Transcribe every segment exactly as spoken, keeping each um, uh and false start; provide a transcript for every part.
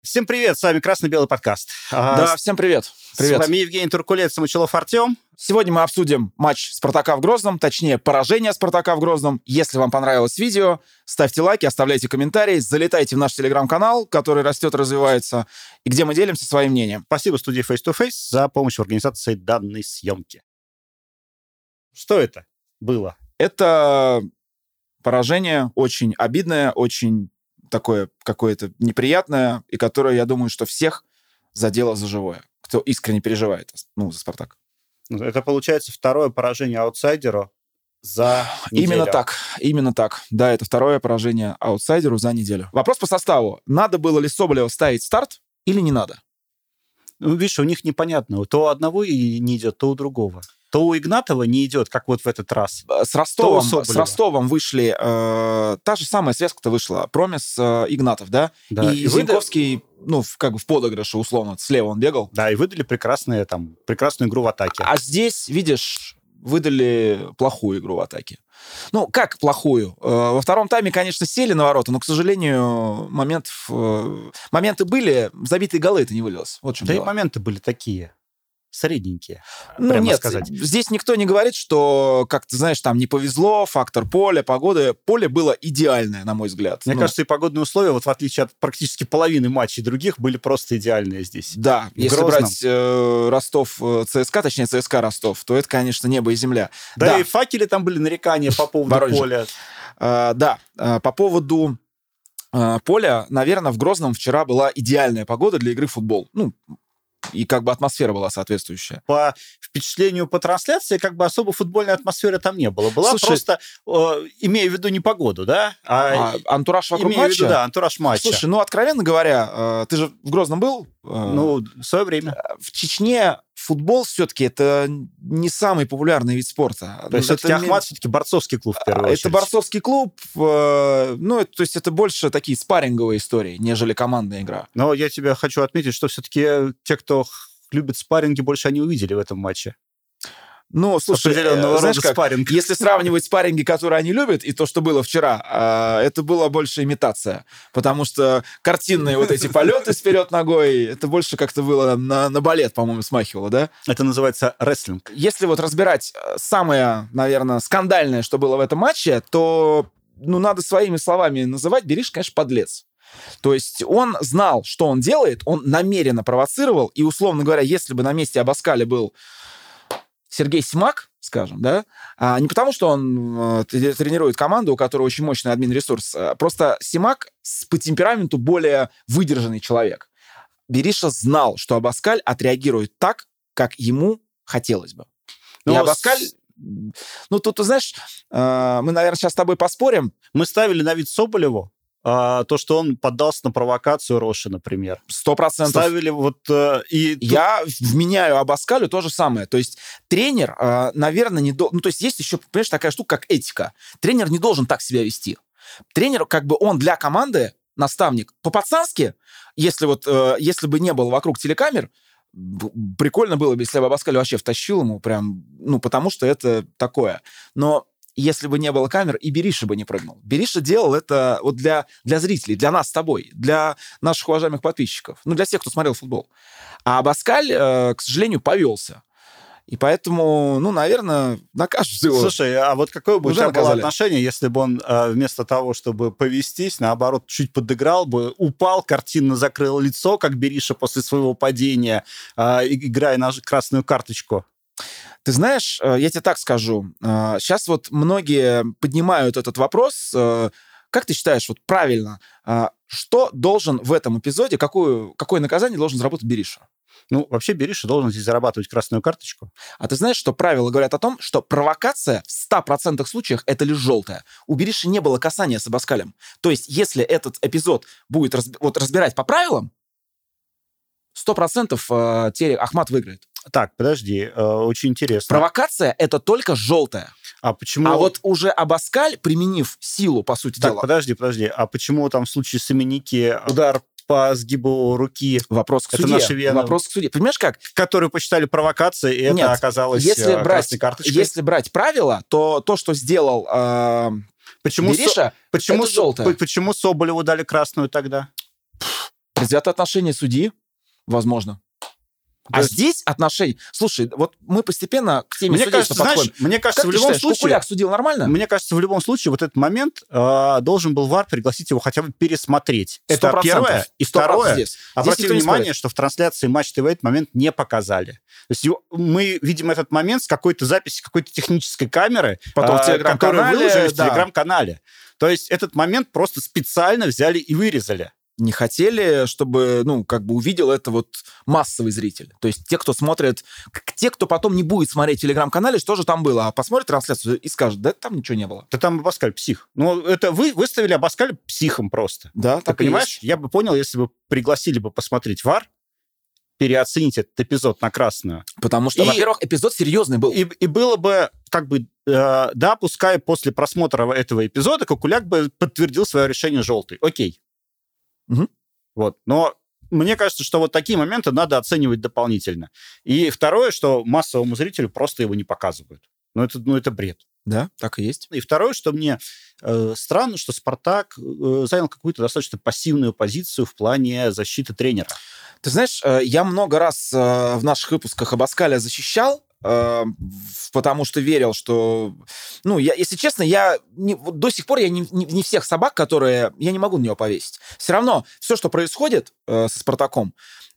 Всем привет, с вами Красно-Белый подкаст. Да, всем привет. Привет. С вами Евгений Туркулец, Самочелов Артем. Сегодня мы обсудим матч Спартака в Грозном, точнее, поражение Спартака в Грозном. Если вам понравилось видео, ставьте лайки, оставляйте комментарии, залетайте в наш телеграм-канал, который растет и развивается, и где мы делимся своим мнением. Спасибо студии Face to Face за помощь в организации данной съемки. Что это было? Это поражение очень обидное, очень такое какое-то неприятное, и которое, я думаю, что всех задело за живое, кто искренне переживает, ну, за «Спартак». Это, получается, второе поражение аутсайдеру за неделю. Именно так, именно так. Да, это второе поражение аутсайдеру за неделю. Вопрос по составу. Надо было ли Соболева ставить старт или не надо? Ну, видишь, у них непонятно. То у одного и не идет, то у другого. То у Игнатова не идет, как вот в этот раз. С Ростовом, с Ростовом вышли... Э, та же самая связка-то вышла. Промис, э, Игнатов, да? да. И, и Зиньковский, выда... ну, в, как бы в подыгрыше, условно, слева он бегал. Да, и выдали прекрасные, там, прекрасную игру в атаке. А здесь, видишь, выдали плохую игру в атаке. Ну, как плохую? Во втором тайме, конечно, сели на ворота, но, к сожалению, моментов, моменты были, забитые голы это не вылилось. Вот в чем да дело. И моменты были такие... средненькие, ну, прямо нет, сказать. Здесь никто не говорит, что, как ты знаешь, там не повезло, фактор поля, погоды. Поле было идеальное, на мой взгляд. Мне ну, кажется, и погодные условия, вот в отличие от практически половины матчей других, были просто идеальные здесь. Да, в если Грозном. брать э, Ростов, ЦСКА, точнее, ЦСКА Ростов, то это, конечно, небо и земля. Да, да. и в «Факеле» там были нарекания по поводу Воронеж. поля. А, да, по поводу а, поля, наверное, в Грозном вчера была идеальная погода для игры в футбол. Ну, и как бы атмосфера была соответствующая. По впечатлению по трансляции, как бы особо футбольной атмосферы там не было. Была Слушай, просто, э, имея в виду не погоду, да? А, а антураж вокруг имея матча? в виду, да, антураж матча. Слушай, ну, откровенно говоря, э, ты же в Грозном был? Э, ну, в свое время. В Чечне футбол все-таки это не самый популярный вид спорта. То есть это все-таки Ахмат, все-таки борцовский клуб, в первую это очередь. Это борцовский клуб, э, ну, это, то есть это больше такие спарринговые истории, нежели командная игра. Но я тебе хочу отметить, что все-таки те, кто любят спарринги, больше они увидели в этом матче. Ну, слушай, определенного знаешь рода как, спарринг. Если сравнивать спарринги, которые они любят, и то, что было вчера, это была больше имитация. Потому что картинные вот эти полеты вперед ногой, это больше как-то было на, на балет, по-моему, смахивало, да? Это называется рестлинг. Если вот разбирать самое, наверное, скандальное, что было в этом матче, то, ну, надо своими словами называть, Бериш, конечно, подлец. То есть он знал, что он делает, он намеренно провоцировал, и, условно говоря, если бы на месте Абаскаля был Сергей Симак, скажем, да, а не потому, что он э, тренирует команду, у которой очень мощный админ-ресурс, а просто Симак по темпераменту более выдержанный человек. Бериша знал, что Абаскаль отреагирует так, как ему хотелось бы. Но и Абаскаль... С... Ну, тут, ты знаешь, э, мы, наверное, сейчас с тобой поспорим. Мы ставили на вид Соболеву, А, то, что он поддался на провокацию Роши, например. Сто процентов. Ставили вот... Э, и тут... Я вменяю Абаскалю то же самое. То есть тренер, э, наверное, не должен... Ну, то есть есть еще, понимаешь, такая штука, как этика. Тренер не должен так себя вести. Тренер, как бы он для команды, наставник, по-пацански, если вот, э, если бы не было вокруг телекамер, прикольно было бы, если бы Абаскаль вообще втащил ему прям... Ну, потому что это такое. Но... Если бы не было камер, и Бериша бы не прыгнул. Бериша делал это вот для, для зрителей, для нас с тобой, для наших уважаемых подписчиков, ну, для всех, кто смотрел футбол. А Абаскаль, э, к сожалению, повелся. И поэтому, ну, наверное, накажут его. Слушай, а вот какое бы у тебя было наказали. отношение, если бы он э, вместо того, чтобы повестись, наоборот, чуть подыграл бы, упал, картинно закрыл лицо, как Бериша после своего падения, э, играя на красную карточку? Ты знаешь, я тебе так скажу, сейчас вот многие поднимают этот вопрос. Как ты считаешь, вот правильно, что должен в этом эпизоде, какую, какое наказание должен заработать Бериша? Ну, вообще Бериша должен здесь зарабатывать красную карточку. А ты знаешь, что правила говорят о том, что провокация в ста процентах случаях это лишь желтая. У Бериши не было касания с Абаскалем. То есть, если этот эпизод будет разби- вот, разбирать по правилам, сто процентов э, Ахмат выиграет. Так, подожди, э, очень интересно. Провокация — это только желтая. А почему... А вот уже Абаскаль, применив силу, по сути так, дела... подожди, подожди. А почему там в случае с Именики удар по сгибу руки... Вопрос к это судье. наши вены, Вопрос к судье. Понимаешь как? Которую посчитали провокацией, и Нет, это оказалось если э, брать, красной карточкой. Если брать правила, то то, что сделал э, почему Бериша, со... почему это желтое. Почему Соболеву дали красную тогда? Предвзятое отношение судьи, возможно. А есть... здесь отношения... Слушай, вот мы постепенно к теме мне судейства кажется, подходим. Знаешь, мне кажется, как в любом считаешь, случае... Кукуляк судил нормально? Мне кажется, в любом случае вот этот момент э, должен был ВАР пригласить его хотя бы пересмотреть. сто процентов. Это первое. И второе, здесь. обрати здесь внимание, что в трансляции Матч ТВ этот момент не показали. То есть его, мы видим этот момент с какой-то записи, какой-то технической камеры, Потом э, в Телеграм-канале, которую выложили в да. Телеграм-канале. То есть этот момент просто специально взяли и вырезали. Не хотели, чтобы, ну, как бы увидел это вот массовый зритель. То есть те, кто смотрит... Те, кто потом не будет смотреть в Телеграм-канале, что же там было, а посмотрит трансляцию и скажет, да там ничего не было. Да там Абаскаль псих. Ну, это вы выставили Абаскаль психом просто. Да, Ты так понимаешь? Я бы понял, если бы пригласили бы посмотреть ВАР, переоценить этот эпизод на красную. Потому что, и, во-первых, эпизод серьезный был. И, и было бы, как бы, э, да, пускай после просмотра этого эпизода Кукуляк бы подтвердил свое решение желтый. Окей. Угу. Вот. Но мне кажется, что вот такие моменты надо оценивать дополнительно. И второе, что массовому зрителю просто его не показывают. Ну, это, ну, это бред. Да, так и есть. И второе, что мне э, странно, что Спартак э, занял какую-то достаточно пассивную позицию в плане защиты тренера. Ты знаешь, э, я много раз э, в наших выпусках Абаскаля защищал, э, потому что верил, что... Ну, я, если честно, я не, вот до сих пор я не, не, не всех собак, которые... Я не могу на него повесить. Все равно все, что происходит э, со Спартаком...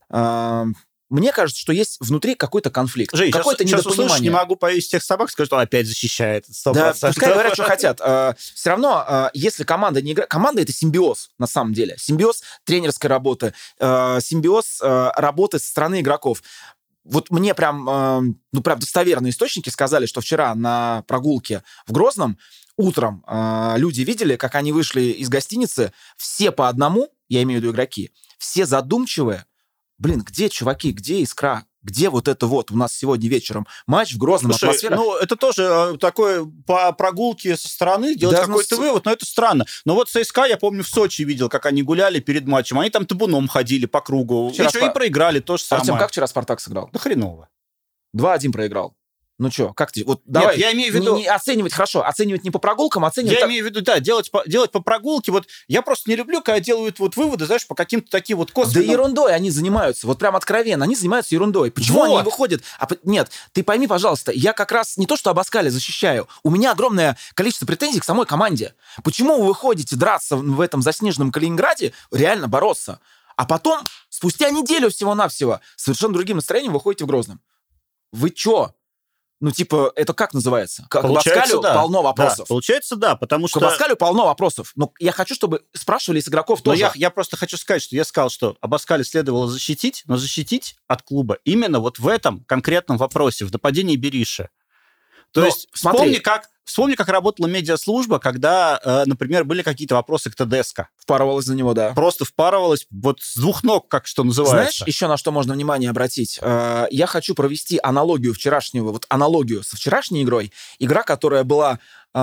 Э, Мне кажется, что есть внутри какой-то конфликт, Жень, какое-то сейчас, недопонимание. Сейчас услышишь, не могу повесить тех собак, скажут, что он опять защищает. сто процентов. Да, пускай говорят, что хотят. Все равно, если команда не играет... Команда — это симбиоз, на самом деле. Симбиоз тренерской работы, симбиоз работы со стороны игроков. Вот мне прям, ну, прям достоверные источники сказали, что вчера на прогулке в Грозном утром люди видели, как они вышли из гостиницы, все по одному, я имею в виду игроки, все задумчивые. Блин, где, чуваки, где искра? Где вот это вот? У нас сегодня вечером матч в Грозном, Слушай, атмосфера. Ну, это тоже такое по прогулке со стороны делать да, какой-то ну, вывод, но это странно. Но вот ЦСКА, я помню, в Сочи видел, как они гуляли перед матчем. Они там табуном ходили по кругу. Вчера и, спа... и проиграли то же самое. Артем, как вчера Спартак сыграл? Да хреново. два-один проиграл. Ну что, как ты? Вот давай. Нет, я имею в виду... Не, не оценивать хорошо, оценивать не по прогулкам, оценивать... Я так... имею в виду, да, делать по, делать по прогулке. Вот я просто не люблю, когда делают вот выводы, знаешь, по каким-то таким вот косвенным... Да ерундой они занимаются, вот прям откровенно, они занимаются ерундой. Почему вот. Они выходят? А, нет, ты пойми, пожалуйста, я как раз не то, что Абаскаля защищаю, у меня огромное количество претензий к самой команде. Почему вы выходите драться в этом заснеженном Калининграде, реально бороться, а потом, спустя неделю всего-навсего, совершенно другим настроением выходите в Грозном? Вы чё? Ну, типа, это как называется? К Абаскалю да. полно вопросов. Да, получается, да, потому что... К Абаскалю полно вопросов. Но я хочу, чтобы спрашивали с игроков тоже. Но я, я просто хочу сказать, что я сказал, что Абаскаля следовало защитить, но защитить от клуба именно вот в этом конкретном вопросе, в нападении Бериши. То но, есть смотри. вспомни, как, вспомни, как работала медиаслужба, когда, э, например, были какие-то вопросы к ТДСК. Впарывалась за него, да. Просто впарывалась вот с двух ног, как что называется. Знаешь, еще на что можно внимание обратить? Э, я хочу провести аналогию вчерашнего, вот аналогию со вчерашней игрой. Игра, которая была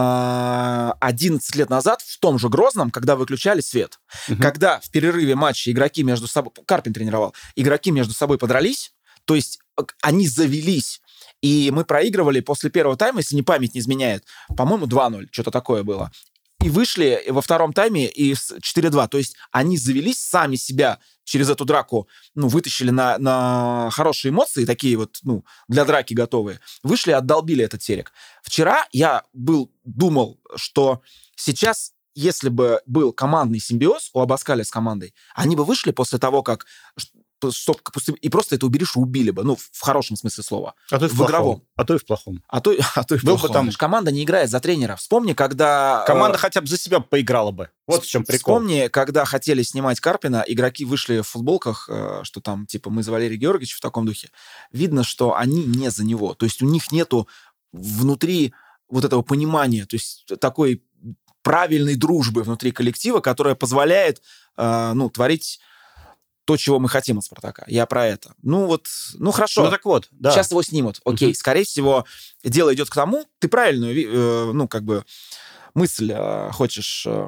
э, одиннадцать лет назад в том же Грозном, когда выключали свет. Угу. Когда в перерыве матча игроки между собой... Карпин тренировал. Игроки между собой подрались, то есть они завелись. И мы проигрывали после первого тайма, если не память не изменяет, по-моему, два-ноль, что-то такое было. И вышли во втором тайме и четыре-два. То есть они завелись, сами себя через эту драку, ну, вытащили на, на хорошие эмоции, такие вот, ну, для драки готовые. Вышли и отдолбили этот терек. Вчера я был, думал, что сейчас, если бы был командный симбиоз у Абаскаля с командой, они бы вышли после того, как... Чтоб, и просто это уберешь и убили бы. Ну, в хорошем смысле слова. А то и в, в игровом. А то и в плохом. А то, а то и в Был плохом. Там... Команда не играет за тренера. Вспомни, когда... Команда э... хотя бы за себя поиграла бы. Вот в чем прикол. Вспомни, когда хотели снимать Карпина, игроки вышли в футболках, э, что там, типа, мы за Валерия Георгиевича в таком духе. Видно, что они не за него. То есть у них нету внутри вот этого понимания, то есть такой правильной дружбы внутри коллектива, которая позволяет, э, ну, творить... то, чего мы хотим от Спартака. Я про это. Ну вот, ну хорошо. Ну так вот, да. Сейчас его снимут. Окей, угу. Скорее всего, дело идет к тому, ты правильную, э, ну как бы мысль э, хочешь... Э,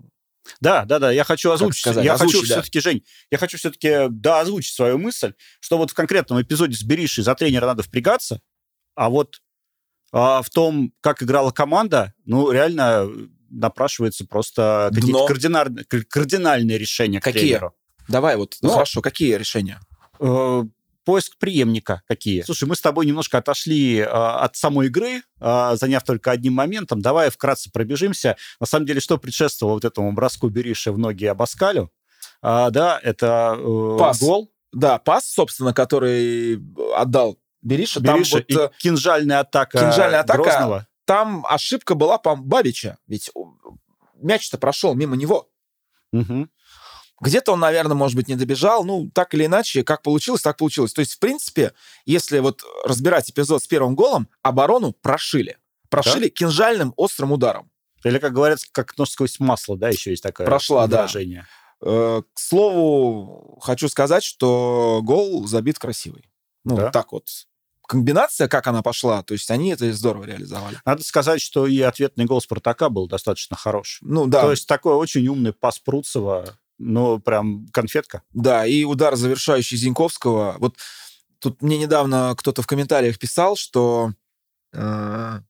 да, да, да, я хочу озвучить. Сказать, я озвучить, хочу да. все-таки, Жень, я хочу все-таки, да, озвучить свою мысль, что вот в конкретном эпизоде с Беришей за тренера надо впрягаться, а вот а, в том, как играла команда, ну реально напрашивается просто какие-то кардинальные, кардинальные решения к Какие? тренеру. Давай вот, ну, хорошо, какие решения? Э, поиск преемника какие. Слушай, мы с тобой немножко отошли э, от самой игры, э, заняв только одним моментом. Давай вкратце пробежимся. На самом деле, что предшествовало вот этому броску Бериши в ноги Абаскалю? Э, да, это э, пас. гол. Да, пас, собственно, который отдал Бериша. Бериша там вот, и кинжальная атака кинжальная атака, Грозного. Там ошибка была, по-моему, Бабича. Ведь мяч-то прошел мимо него. Угу. Где-то он, наверное, может быть, не добежал. Ну, так или иначе, как получилось, так получилось. То есть, в принципе, если вот разбирать эпизод с первым голом, оборону прошили. Прошили да? кинжальным острым ударом. Или, как говорят, как нож сквозь масло, да, еще есть такое Прошла, выражение. Да. К слову, хочу сказать, что гол забит красивый. Ну, да? так вот. Комбинация, как она пошла, то есть они это здорово реализовали. Надо сказать, что и ответный гол Спартака был достаточно хорош. Ну, да. То есть такой очень умный пас Пруцева, ну, прям конфетка. Да, и удар, завершающий Зиньковского. Вот тут мне недавно кто-то в комментариях писал, что э,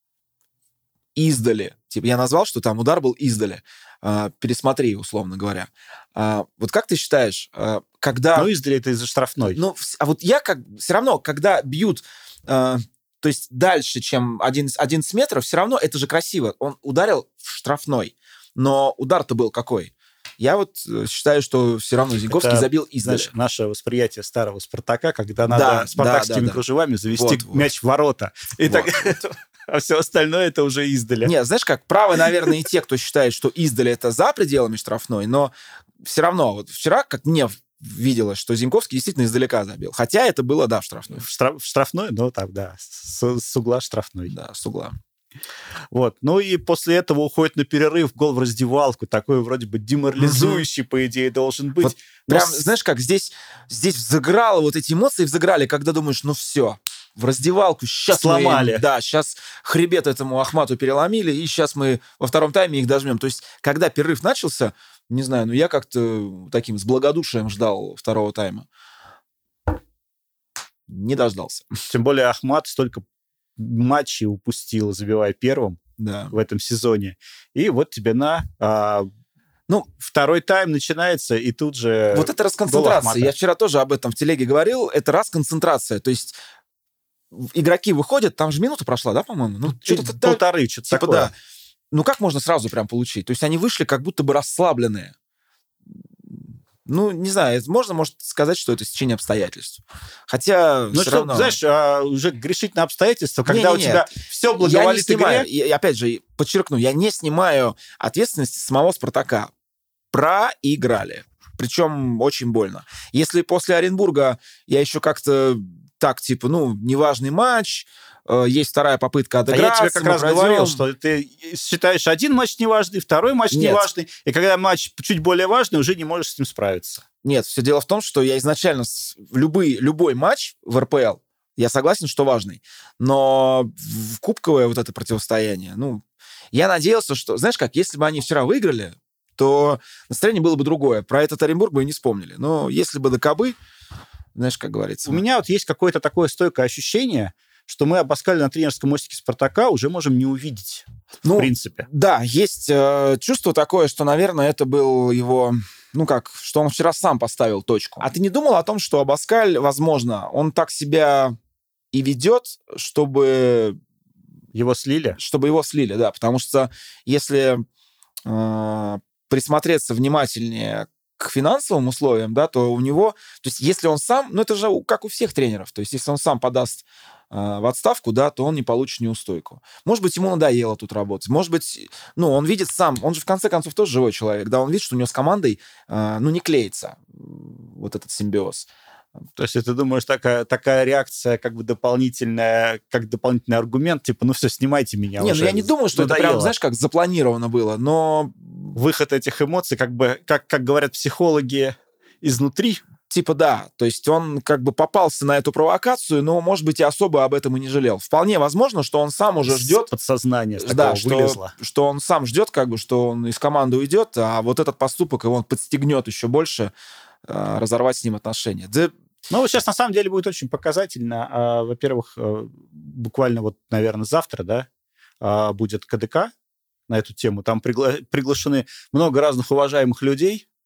издали, типа я назвал, что там удар был издали. Э, пересмотри, условно говоря. Э, вот как ты считаешь, э, когда... Ну, издали это из-за штрафной. Ну, а вот я как... Все равно, когда бьют... Э, то есть дальше, чем одиннадцать метров, все равно это же красиво. Он ударил в штрафной. Но удар-то был какой? Я вот считаю, что все равно Зиньковский это, забил издали. Знаешь, наше восприятие старого Спартака, когда надо да, спартакскими да, да, кружевами завести вот, мяч вот. в ворота. И вот, так... вот. А все остальное это уже издали. Нет, знаешь как, правы, наверное, и те, кто считает, что издали это за пределами штрафной, но все равно, вот вчера, как мне виделось, что Зиньковский действительно издалека забил. Хотя это было, да, в штрафной. В, штраф, в штрафной, ну так, да, с, с угла штрафной. Да, с угла. Вот. Ну и после этого уходит на перерыв, гол в раздевалку, такой вроде бы деморализующий, mm-hmm. по идее, должен быть. Вот прям, Но... знаешь как, здесь, здесь взыграло, вот эти эмоции взыграли, когда думаешь, ну все, в раздевалку, сейчас сломали. Мы, да, сейчас хребет этому Ахмату переломили, и сейчас мы во втором тайме их дожмем. То есть, когда перерыв начался, не знаю, ну я как-то таким с благодушием ждал второго тайма. Не дождался. Тем более Ахмат столько матчей упустил, забивая первым да. в этом сезоне. И вот тебе на... А, ну, второй тайм начинается, и тут же... Вот это расконцентрация. Я вчера тоже об этом в телеге говорил. Это расконцентрация. То есть игроки выходят, там же минута прошла, да, по-моему? Ну, что-то полторы, что-то типа, такое. Да. Ну, как можно сразу прям получить? То есть они вышли как будто бы расслабленные. Ну, не знаю, можно, может сказать, что это стечение обстоятельств. Хотя ну, все что, равно... знаешь, а, уже грешить на обстоятельства, когда не, не, у тебя нет. все благоволит игре... игре... Я, опять же, подчеркну, я не снимаю ответственности самого Спартака. Проиграли. Причем очень больно. Если после Оренбурга я еще как-то так, типа, ну, неважный матч, есть вторая попытка отыграться. А я тебе как раз пройдем. говорил, что ты считаешь один матч неважный, второй матч Нет. неважный, и когда матч чуть более важный, уже не можешь с ним справиться. Нет, все дело в том, что я изначально любой, любой матч в эр пэ эл, я согласен, что важный, но в кубковое вот это противостояние, ну, я надеялся, что, знаешь как, если бы они вчера выиграли, то настроение было бы другое. Про этот Оренбург бы и не вспомнили. Но если бы до кобы, знаешь, как говорится. У меня вот есть какое-то такое стойкое ощущение, что мы Абаскаля на тренерском мостике Спартака уже можем не увидеть, ну, в принципе. Да, есть э, чувство такое, что, наверное, это был его... Ну как, что он вчера сам поставил точку. А ты не думал о том, что Абаскаль, возможно, он так себя и ведет, чтобы... Его слили? Чтобы его слили, да. Потому что если э, присмотреться внимательнее к финансовым условиям, да, то у него... То есть если он сам... Ну это же как у всех тренеров. То есть если он сам подаст в отставку, да, то он не получит неустойку. Может быть, ему надоело тут работать. Может быть, ну, он видит сам, он же в конце концов тоже живой человек, да, он видит, что у него с командой, э, ну, не клеится вот этот симбиоз. То есть ты думаешь, такая, такая реакция как бы дополнительная, как дополнительный аргумент, типа, ну все, снимайте меня не, уже. Не, ну я не думаю, что надоело. Это прям, знаешь, как запланировано было, но... Выход этих эмоций, как бы, как, как говорят психологи, изнутри. Типа да, то есть он как бы попался на эту провокацию, но, может быть, и особо об этом и не жалел. Вполне возможно, что он сам уже ждет... Подсознание с да, такого вылезло. Что, что он сам ждет, как бы, что он из команды уйдет, а вот этот поступок его он подстегнет еще больше э, разорвать с ним отношения. Да... Ну, вот сейчас, на самом деле, будет очень показательно. А, во-первых, а, буквально вот, наверное, завтра, да, а, будет ка дэ ка на эту тему. Там пригла... приглашены много разных уважаемых людей,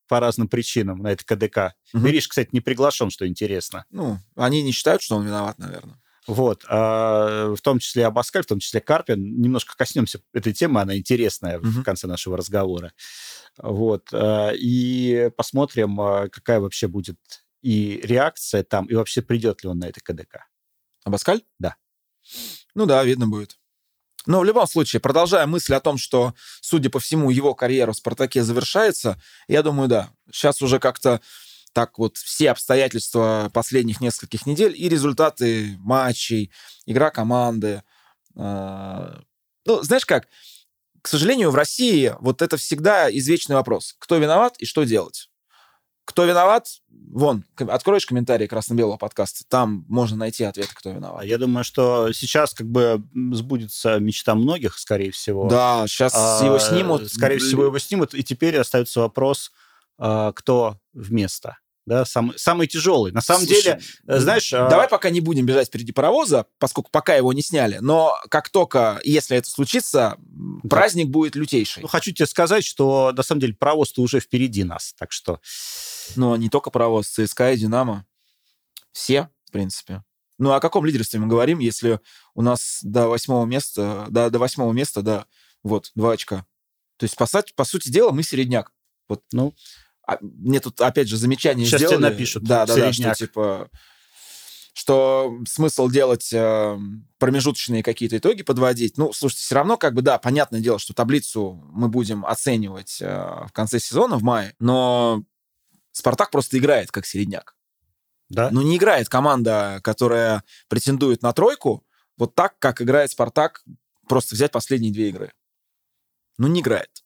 по разным причинам на это КДК. Угу. Бериш, кстати, не приглашен, что интересно. Ну, они не считают, что он виноват, наверное. Вот. А, в том числе Абаскаль, в том числе Карпин. Немножко коснемся этой темы, она интересная угу. в конце нашего разговора. Вот. И посмотрим, какая вообще будет и реакция там, и вообще придет ли он на это КДК. Абаскаль? Да. Ну да, видно будет. Но в любом случае, продолжая мысль о том, что, судя по всему, его карьера в «Спартаке» завершается, я думаю, да. Сейчас уже как-то так вот все обстоятельства последних нескольких недель и результаты матчей, игра команды. Э, ну, знаешь как, к сожалению, в России вот это всегда извечный вопрос. Кто виноват и что делать? Кто виноват? Вон, откроешь комментарии красно-белого подкаста, там можно найти ответы, кто виноват. Я думаю, что сейчас как бы сбудется мечта многих, скорее всего. Да, сейчас а, его снимут. Скорее всего, его снимут, и теперь остается вопрос, кто вместо. Да, самый, самый тяжелый. На самом Слушай, деле, знаешь... Давай а... пока не будем бежать впереди паровоза, поскольку пока его не сняли, но как только, если это случится, да. праздник будет лютейший. Ну, хочу тебе сказать, что, на самом деле, паровоз-то уже впереди нас, так что... Ну, не только паровоз, ЦСКА и Динамо. Все, в принципе. Ну, о каком лидерстве мы говорим, если у нас до восьмого места, до, до восьмого места, да, вот, два очка. То есть, по, по сути дела, мы середняк. Вот, ну... Мне тут, опять же, замечание Сейчас сделали. Сейчас тебе напишут. Да, да, да, что, типа, что смысл делать э, промежуточные какие-то итоги подводить. Ну, слушайте, все равно, как бы, да, понятное дело, что таблицу мы будем оценивать э, в конце сезона, в мае, но «Спартак» просто играет как середняк. Да? Ну, не играет команда, которая претендует на тройку, вот так, как играет «Спартак», просто взять последние две игры. Ну, не играет.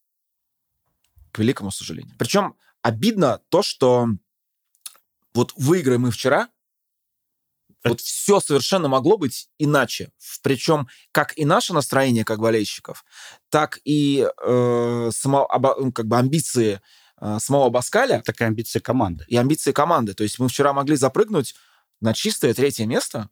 К великому сожалению. Причем обидно то, что вот выиграем мы вчера, вот все совершенно могло быть иначе. Причем как и наше настроение как болельщиков, так и э, само, оба, как бы амбиции э, самого Абаскаля. Так и амбиции команды. И амбиции команды. То есть мы вчера могли запрыгнуть на чистое третье место,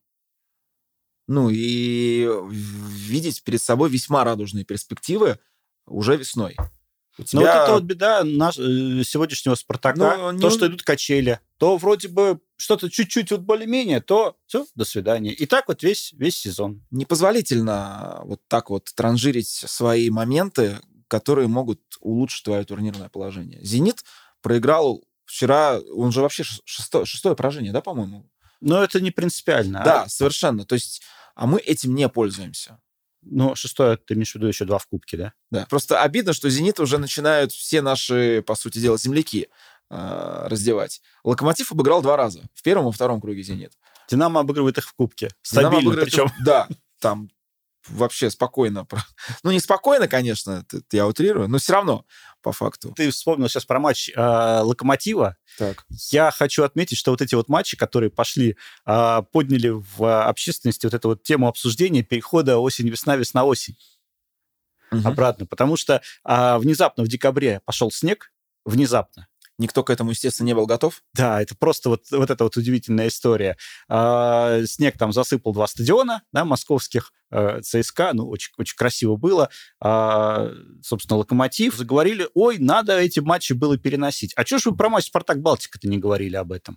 ну и видеть перед собой весьма радужные перспективы уже весной. Тебя... Ну, вот это вот беда наш, э, сегодняшнего «Спартака». Ну, не... То, что идут качели, то вроде бы что-то чуть-чуть вот более-менее, то все, до свидания. И так вот весь, весь сезон. Непозволительно вот так вот транжирить свои моменты, которые могут улучшить твое турнирное положение. «Зенит» проиграл вчера, он же вообще шесто, шестое поражение, да, по-моему? Но это не принципиально. Да, а... совершенно. То есть, а мы этим не пользуемся. Ну, шестое, ты имеешь в виду еще два в кубке, да? Да. Просто обидно, что «Зенит» уже начинают все наши, по сути дела, земляки э, раздевать. «Локомотив» обыграл два раза. В первом и втором круге «Зенит». «Динамо» обыгрывает их в кубке. Стабильно причем. Их, да, там вообще спокойно. Ну, не спокойно, конечно, это я утрирую, но все равно, по факту. Ты вспомнил сейчас про матч э, «Локомотива». Так. Я хочу отметить, что вот эти вот матчи, которые пошли, э, подняли в общественности вот эту вот тему обсуждения перехода осень-весна, весна-осень. Угу. Обратно. Потому что э, внезапно в декабре пошел снег. Внезапно. Никто к этому, естественно, не был готов. Да, это просто вот, вот эта вот удивительная история. А, снег там засыпал два стадиона, да, московских, а, ЦСКА, ну, очень, очень красиво было. А, собственно, «Локомотив». Заговорили, ой, надо эти матчи было переносить. А что ж вы про матч «Спартак-Балтика»-то не говорили об этом?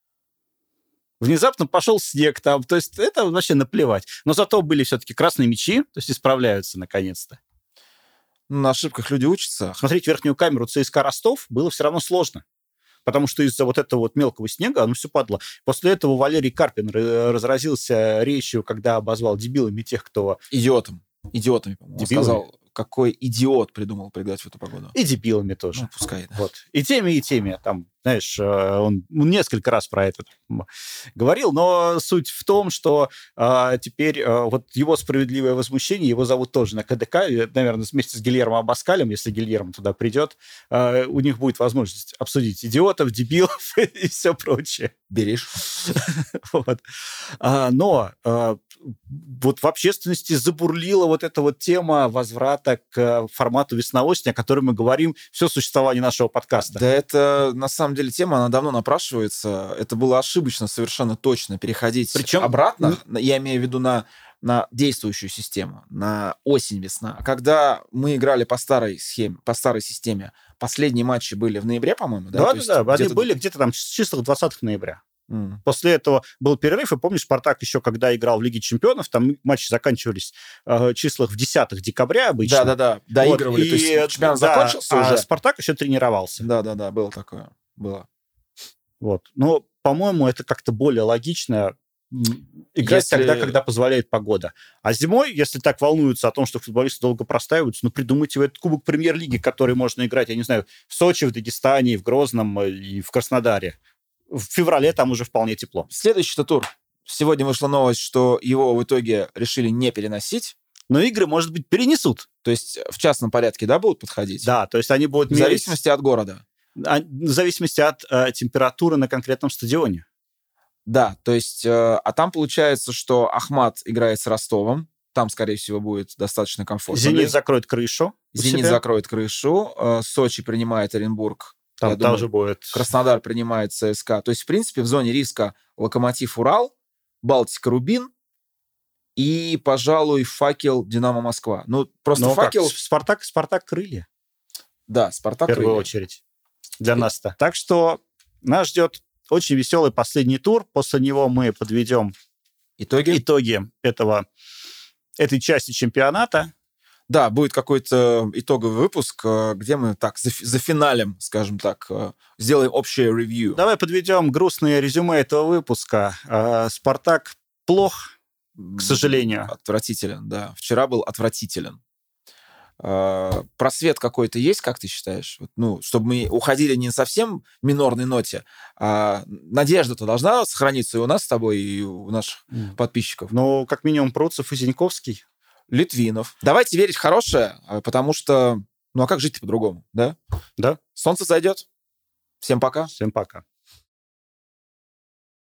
Внезапно пошел снег там, то есть это вообще наплевать. Но зато были все-таки красные мячи, то есть исправляются наконец-то. На ошибках люди учатся. Смотреть верхнюю камеру ЦСКА Ростов было все равно сложно, потому что из-за вот этого вот мелкого снега оно все падало. После этого Валерий Карпин разразился речью, когда обозвал дебилами тех, кто... Идиотом. Идиотами, по-моему. Он сказал, какой идиот придумал прыгать в эту погоду. И дебилами тоже. Ну, пускай, да. Вот. И теми, и теми. Там, знаешь, он несколько раз про это говорил, но суть в том, что а, теперь а, вот его справедливое возмущение, его зовут тоже на КДК, наверное, вместе с Гильермо Абаскалем, если Гильермо туда придет, а, у них будет возможность обсудить идиотов, дебилов и все прочее. Берешь. Вот. А, но а, вот в общественности забурлила вот эта вот тема возврата к формату весна-осень, о котором мы говорим все существование нашего подкаста. Да это, на самом деле, тема, она давно напрашивается. Это было ошибочно совершенно точно переходить Причем... обратно. Я имею в виду на на действующую систему, на осень-весна. А когда мы играли по старой схеме, по старой системе, последние матчи были в ноябре, по-моему, да? Да, да, они были где-то там с числах двадцатого ноября. Mm. После этого был перерыв, и помнишь, «Спартак» еще, когда играл в Лиге чемпионов, там матчи заканчивались э, числах в десятых декабря обычно. Да-да-да, доигрывали, вот, то есть чемпионат да, закончился а уже. А «Спартак» еще тренировался. Да-да-да, было такое, было. Вот, но, по-моему, это как-то более логично играть если... тогда, когда позволяет погода. А зимой, если так волнуются о том, что футболисты долго простаиваются, ну, придумайте в этот кубок премьер-лиги, который можно играть, я не знаю, в Сочи, в Дагестане, в Грозном и в Краснодаре. В феврале там уже вполне тепло. Следующий тур. Сегодня вышла новость, что его в итоге решили не переносить. Но игры, может быть, перенесут. То есть в частном порядке, да, будут подходить? Да, то есть они будут... В мерить... зависимости от города. В зависимости от э, температуры на конкретном стадионе. Да, то есть... Э, а там получается, что Ахмат играет с Ростовом. Там, скорее всего, будет достаточно комфортно. «Зенит» закроет крышу. «Зенит» закроет крышу. Э, Сочи принимает Оренбург. Там тоже будет. Краснодар принимает ЦСКА. То есть, в принципе, в зоне риска «Локомотив» Урал, «Балтика» Рубин и, пожалуй, «Факел» Динамо Москва. Ну, просто Но «Факел». Как? Спартак, Спартак крылья. Да, Спартак крылья. В первую крылья. очередь. Для и... нас-то. Так что нас ждет очень веселый последний тур. После него мы подведем итоги, итоги этого, этой части чемпионата. Да, будет какой-то итоговый выпуск, где мы так зафиналим, скажем так, сделаем общее ревью. Давай подведем грустное резюме этого выпуска. «Спартак» плох, к сожалению. Отвратителен, да. Вчера был отвратителен. Просвет какой-то есть, как ты считаешь? Вот, ну, чтобы мы уходили не совсем минорной ноте, а надежда-то должна сохраниться и у нас с тобой, и у наших mm. подписчиков. Ну, как минимум, Пруцев и Зиньковский. Литвинов. Давайте верить в хорошее, потому что... Ну, а как жить-то по-другому, да? Да. Солнце зайдет. Всем пока. Всем пока.